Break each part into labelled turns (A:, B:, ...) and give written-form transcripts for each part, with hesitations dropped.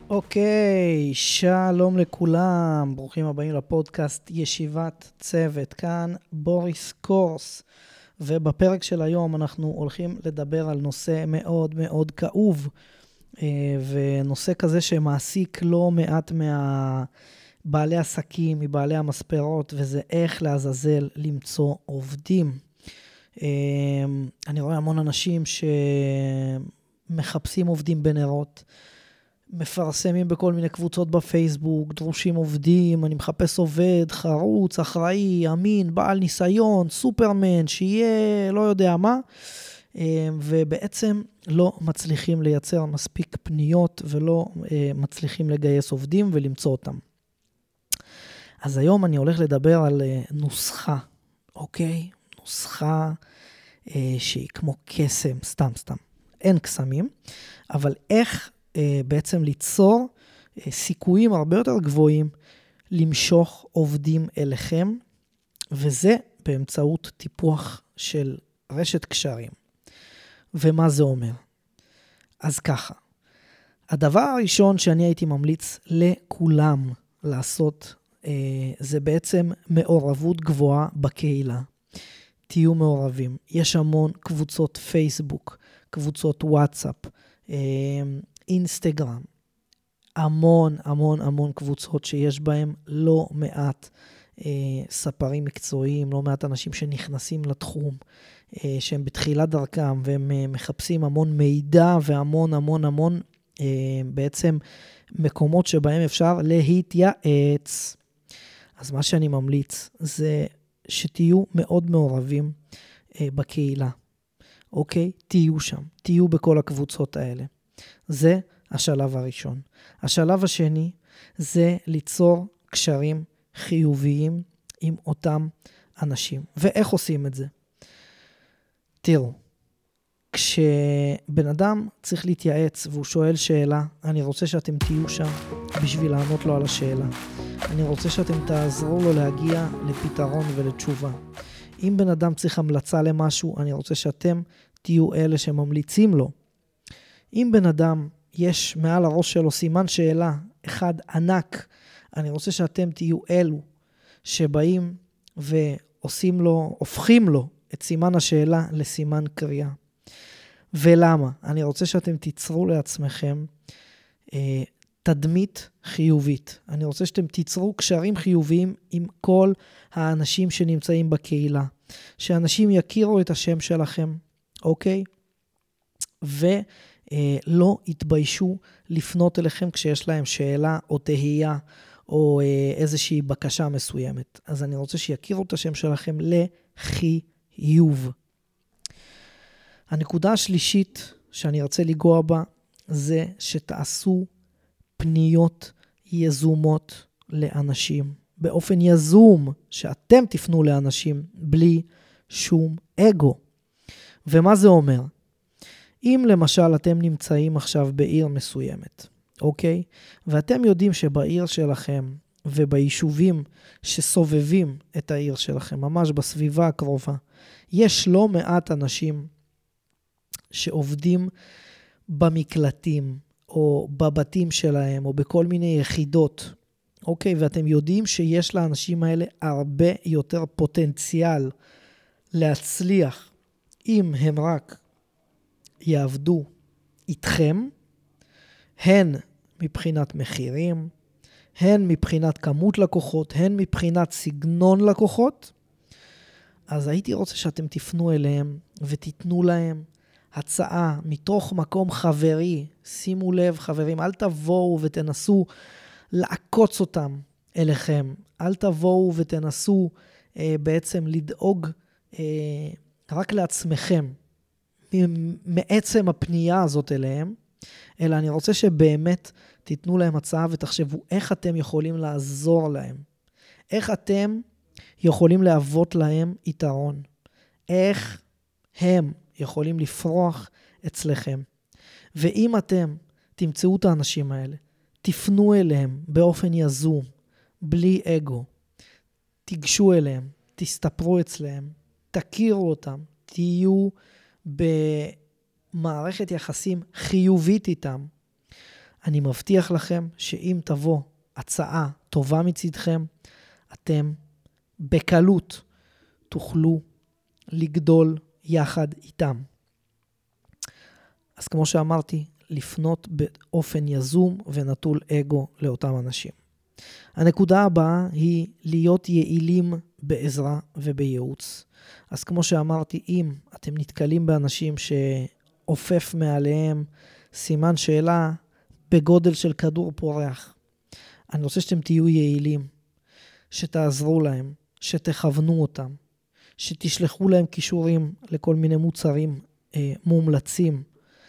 A: אוקיי, שלום לכולם, ברוכים הבאים לפודקאסט ישיבת צוות, כאן בוריס קורס, ובפרק של היום אנחנו הולכים לדבר על נושא מאוד מאוד כאוב, ונושא כזה שמעסיק לא מעט מהבעלי עסקים, מבעלי המספרות, וזה איך לעזאזל למצוא עובדים. אני רואה המון אנשים שמחפשים עובדים בנרות, מפרסמים בכל מיני קבוצות בפייסבוק, דרושים עובדים, אני מחפש עובד, חרוץ, אחראי, אמין, בעל ניסיון, סופרמן, שיהיה לא יודע מה, ובעצם לא מצליחים לייצר מספיק פניות, ולא מצליחים לגייס עובדים ולמצוא אותם. אז היום אני הולך לדבר על נוסחה, אוקיי? נוסחה שהיא כמו קסם, סתם. אין קסמים, אבל איך בעצם ליצור סיכויים הרבה יותר גבוהים למשוך עובדים אליכם, וזה באמצעות טיפוח של רשת קשרים. ומה זה אומר? אז ככה, הדבר הראשון שאני הייתי ממליץ לכולם לעשות, זה בעצם מעורבות גבוהה בקהילה. תהיו מעורבים. יש המון קבוצות פייסבוק, קבוצות וואטסאפ, אינסטגרם, המון קבוצות שיש בהם לא מעט ספרים מקצועיים, לא מעט אנשים שנכנסים לתחום, שהם בתחילת דרכם, והם מחפשים המון מידע והמון בעצם מקומות שבהם אפשר להתייעץ. אז מה שאני ממליץ זה שתהיו מאוד מעורבים בקהילה. אוקיי? תהיו שם, תהיו בכל הקבוצות האלה. זה השלב הראשון. השלב השני זה ליצור קשרים חיוביים עם אותם אנשים. ואיך עושים את זה? תראו, כשבן אדם צריך להתייעץ והוא שואל שאלה, אני רוצה שאתם תהיו שם בשביל לענות לו על השאלה. אני רוצה שאתם תעזרו לו להגיע לפתרון ולתשובה. אם בן אדם צריך המלצה למשהו, אני רוצה שאתם תהיו אלה שממליצים לו. אם בן אדם יש מעל הראש שלו סימן שאלה אחד ענק, אני רוצה שאתם תהיו אלו שבאים ועושים לו, הופכים לו את סימן השאלה לסימן קריאה. ולמה? אני רוצה שאתם תיצרו לעצמכם תדמית חיובית. אני רוצה שאתם תיצרו קשרים חיוביים עם כל האנשים שנמצאים בקהילה. שאנשים יכירו את השם שלכם, אוקיי? ולא יתביישו לפנות אליכם כשיש להם שאלה או תהייה או איזושהי בקשה מסוימת. אז אני רוצה שיכירו את השם שלכם לחיוב. הנקודה השלישית שאני רוצה לגוע בה זה שתעשו פניות יזומות לאנשים. באופן יזום שאתם תפנו לאנשים בלי שום אגו. ומה זה אומר? אם למשל אתם נמצאים עכשיו בעיר מסוימת, אוקיי? ואתם יודעים שבעיר שלכם וביישובים שסובבים את העיר שלכם, ממש בסביבה הקרובה, יש לא מעט אנשים שעובדים במקלטים או בבתים שלהם או בכל מיני יחידות, אוקיי? ואתם יודעים שיש לאנשים האלה הרבה יותר פוטנציאל להצליח אם הם רק יעבדו איתכם, הן מבחינת מחירים, הן מבחינת כמות לקוחות, הן מבחינת סגנון לקוחות, אז הייתי רוצה שאתם תפנו אליהם ותיתנו להם הצעה מתוך מקום חברי. שימו לב חברים, אל תבואו ותנסו לעקוץ אותם אליכם. אל תבואו ותנסו בעצם לדאוג רק לעצמכם מעצם הפנייה הזאת אליהם, אלא אני רוצה שבאמת תיתנו להם הצעה ותחשבו איך אתם יכולים לעזור להם. איך אתם יכולים להוות להם יתרון. איך הם יכולים לפרוח אצלכם. ואם אתם תמצאו את האנשים האלה, תפנו אליהם באופן יזום, בלי אגו, תיגשו אליהם, תסתפרו אצלהם, תכירו אותם, תהיו במערכת יחסים חיובית איתם, אני מבטיח לכם שאם תבוא הצעה טובה מצדכם, אתם בקלות תוכלו לגדול יחד איתם. אז כמו שאמרתי, לפנות באופן יזום ונטול אגו לאותם אנשים. הנקודה הבאה היא להיות יעילים בעזרה ובייעוץ. אז כמו שאמרתי, אם אתם נתקלים באנשים שעופף מעליהם סימן שאלה בגודל של כדור פורח, אני רוצה שאתם תהיו יעילים, שתעזרו להם, שתכוונו אותם, שתשלחו להם קישורים לכל מיני מוצרים מומלצים,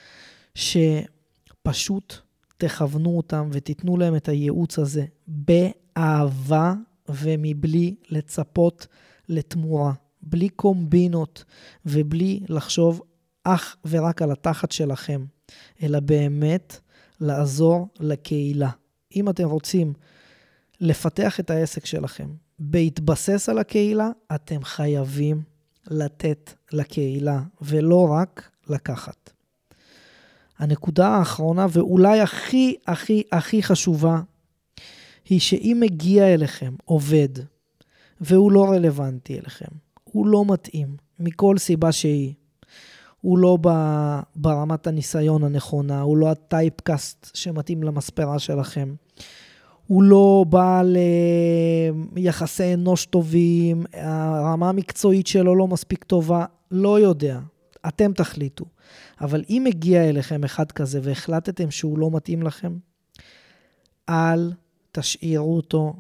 A: שפשוט תכוונו אותם ותיתנו להם את הייעוץ הזה באהבה ומבלי לצפות לתמורה, בלי קומבינות ובלי לחשוב אך ורק על התחת שלכם, אלא באמת לעזור לקהילה. אם אתם רוצים לפתח את העסק שלכם בהתבסס על הקהילה, אתם חייבים לתת לקהילה ולא רק לקחת. הנקודה האחרונה ואולי הכי חשובה היא שאם מגיע אליכם עובד והוא לא רלוונטי אליכם, הוא לא מתאים מכל סיבה שהיא, הוא לא ברמת הניסיון הנכונה, הוא לא הטייפקאסט שמתאים למספרה שלכם, הוא לא בעל יחסי אנוש טובים, הרמה המקצועית שלו לא מספיק טובה, לא יודע, אתם תחליטו. אבל אם מגיע אליכם אחד כזה והחלטתם שהוא לא מתאים לכם, אל תשאירו אותו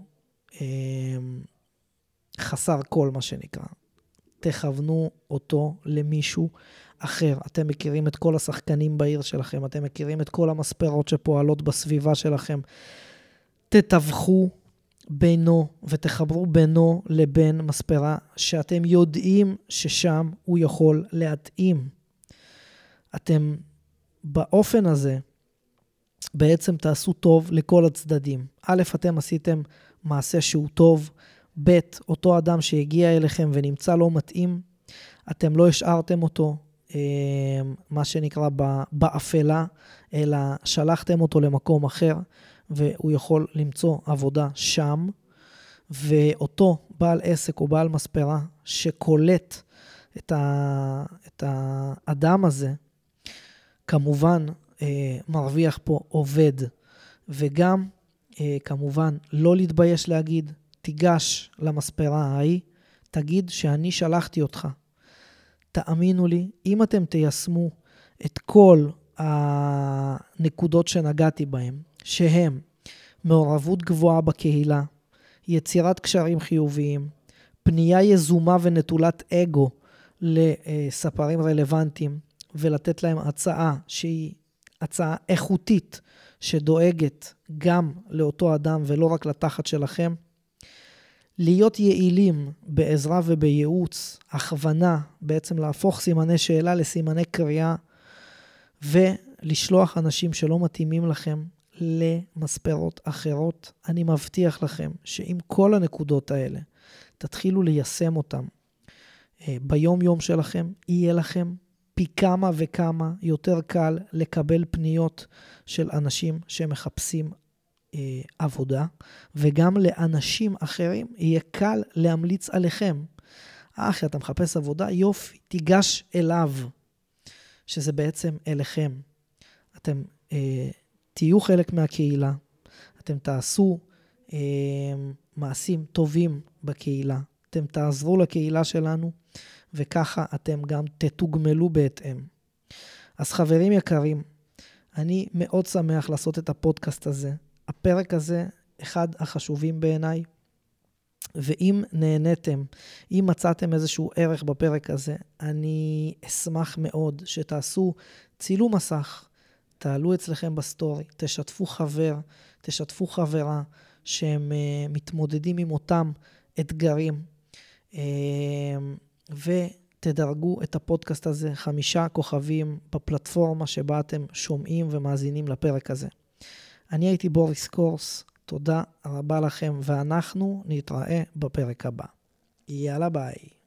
A: חסר כל מה שנקרא. תכוונו אותו למישהו אחר. אתם מכירים את כל השחקנים בעיר שלכם, אתם מכירים את כל המספרות שפועלות בסביבה שלכם. תתווכו בינו ותחברו בינו לבין מספרה שאתם יודעים ששם הוא יכול להתאים. אתם באופן הזה בעצם תעשו טוב לכל הצדדים. א', אתם עשיתם מעשה שהוא טוב, ב', אותו אדם שהגיע אליכם ונמצא לא מתאים, אתם לא השארתם אותו, מה שנקרא באפלה, אלא שלחתם אותו למקום אחר, והוא יכול למצוא עבודה שם, ואותו בעל עסק או בעל מספרה שקולט את האדם הזה, כמובן מרוויח פה עובד, וגם כמובן לא להתבייש להגיד, תיגש למספרה ההיא, תגיד שאני שלחתי אותך. תאמינו לי, אם אתם תיישמו את כל הנקודות שנגעתי בהן, שהם מעורבות גבוהה בקהילה, יצירת קשרים חיוביים, פנייה יזומה ונטולת אגו לספרים רלוונטיים, ולתת להם הצעה שהיא הצעה איכותית, שדואגת גם לאותו אדם ולא רק לתחת שלכם, להיות יעילים בעזרה ובייעוץ, הכוונה, בעצם להפוך סימני שאלה לסימני קריאה, ולשלוח אנשים שלא מתאימים לכם למספרות אחרות. אני מבטיח לכם שעם כל הנקודות האלה, תתחילו ליישם אותם ביום יום שלכם, יהיה לכם פי כמה וכמה יותר קל לקבל פניות של אנשים שמחפשים עבודה, וגם לאנשים אחרים יהיה קל להמליץ עליכם. אחי, אתה מחפש עבודה? יופי, תיגש אליו, שזה בעצם אליכם. אתם תהיו חלק מהקהילה, אתם תעשו מעשים טובים בקהילה, אתם תעזרו לקהילה שלנו, וככה אתם גם תתוגמלו בהתאם. אז חברים יקרים, אני מאוד שמח לעשות את הפודקאסט הזה. הפרק הזה אחד החשובים בעיניי, ואם נהניתם, אם מצאתם איזשהו ערך בפרק הזה, אני אשמח מאוד שתעשו צילום מסך, תעלו אצלכם בסטורי, תשתפו חבר, תשתפו חברה שהם מתמודדים עם אותם אתגרים, ותדרגו את הפודקאסט הזה 5 כוכבים בפלטפורמה שבה אתם שומעים ומאזינים לפרק הזה. אני הייתי בוריס קורס, תודה רבה לכם, ואנחנו נתראה בפרק הבא. יאללה ביי.